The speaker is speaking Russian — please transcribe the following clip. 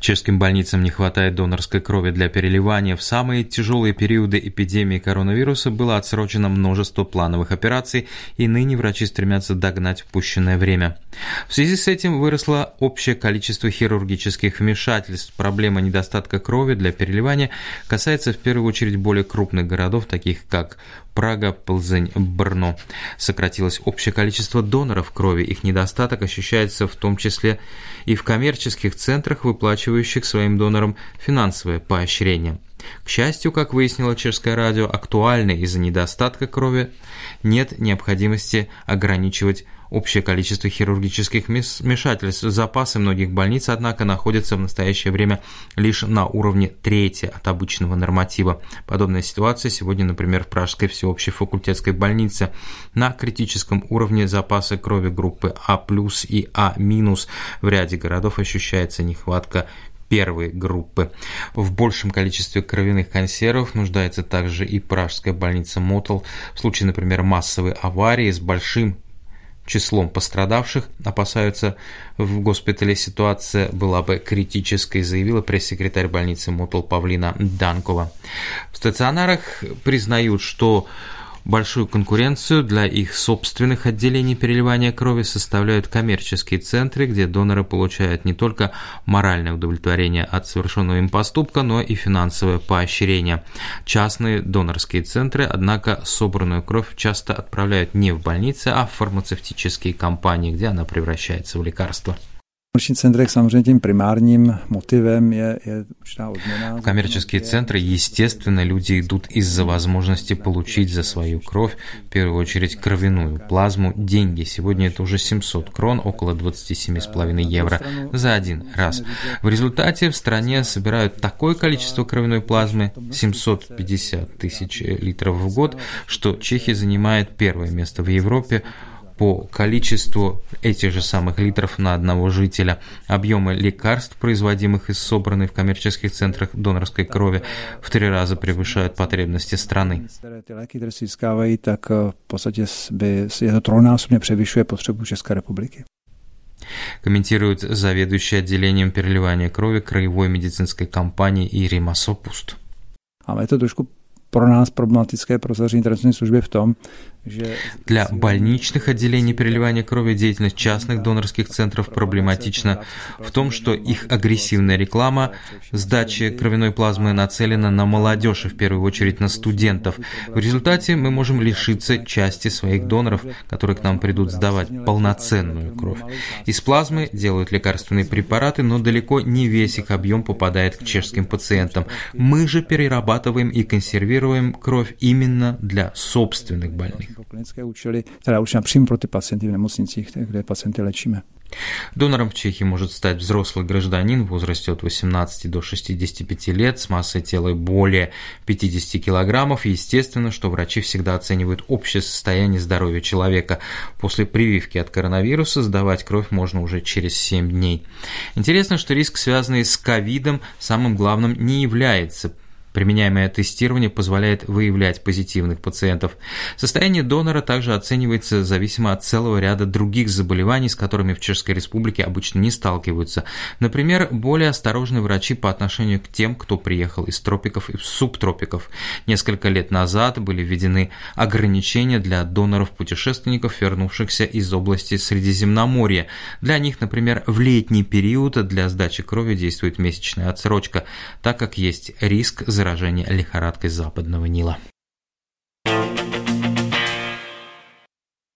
Чешским больницам не хватает донорской крови для переливания. В самые тяжелые периоды эпидемии коронавируса было отсрочено множество плановых операций, и ныне врачи стремятся догнать упущенное время. В связи с этим выросло общее количество хирургических вмешательств. Проблема недостатка крови для переливания касается в первую очередь более крупных городов, таких как Прага, Плзень, Брно. Сократилось общее количество доноров крови. Их недостаток ощущается в том числе и в коммерческих центрах, выплачивающих своим донорам финансовое поощрение. К счастью, как выяснило Чешское радио, актуально из-за недостатка крови нет необходимости ограничивать общее количество хирургических вмешательств. Запасы многих больниц, однако, находятся в настоящее время лишь на уровне трети от обычного норматива. Подобная ситуация сегодня, например, в Пражской всеобщей факультетской больнице. На критическом уровне запасы крови группы А+, и А-. В ряде городов ощущается нехватка первой группы. В большем количестве кровяных консервов нуждается также и Пражская больница Мотол. В случае, например, массовой аварии с большим числом пострадавших, опасаются в госпитале, ситуация была бы критической, заявила пресс-секретарь больницы Мотол Павлина Данкова. В стационарах признают, что большую конкуренцию для их собственных отделений переливания крови составляют коммерческие центры, где доноры получают не только моральное удовлетворение от совершенного им поступка, но и финансовое поощрение. Частные донорские центры, однако, собранную кровь часто отправляют не в больницы, а в фармацевтические компании, где она превращается в лекарство. В коммерческие центры, естественно, люди идут из-за возможности получить за свою кровь, в первую очередь кровяную плазму, деньги. Сегодня это уже 700 крон, около 27,5 евро за один раз. В результате в стране собирают такое количество кровяной плазмы, 750 тысяч литров в год, что Чехия занимает первое место в Европе по количеству этих же самых литров на одного жителя. Объемы лекарств, производимых из собранной в коммерческих центрах донорской крови, в 3 раза превышают потребности страны. Комментирует заведующий отделением переливания крови краевой медицинской компании Ирма Сопуст. Pro nás problematické pro zařízení zdravotní služby v tom, že для больничных отделений переливания крови деятельность частных донорских центров проблематична в том, что их агрессивная реклама сдачи кровяной плазмы нацелена на молодежь и в первую очередь на студентов. В результате мы можем лишиться части своих доноров, которые к нам придут сдавать полноценную кровь. Из плазмы делают лекарственные препараты, но далеко не весь их объем попадает к чешским пациентам. Мы же перерабатываем и консервируем кровь именно для собственных больных. Донором в Чехии может стать взрослый гражданин в возрасте от 18 до 65 лет с массой тела более 50 килограммов. Естественно, что врачи всегда оценивают общее состояние здоровья человека. После прививки от коронавируса сдавать кровь можно уже через 7 дней. Интересно, что риск, связанный с ковидом, самым главным не является. Применяемое тестирование позволяет выявлять позитивных пациентов. Состояние донора также оценивается зависимо от целого ряда других заболеваний, с которыми в Чешской Республике обычно не сталкиваются. Например, более осторожны врачи по отношению к тем, кто приехал из тропиков и субтропиков. Несколько лет назад были введены ограничения для доноров-путешественников, вернувшихся из области Средиземноморья. Для них, например, в летний период для сдачи крови действует месячная отсрочка, так как есть риск заражения лихорадкой Западного Нила.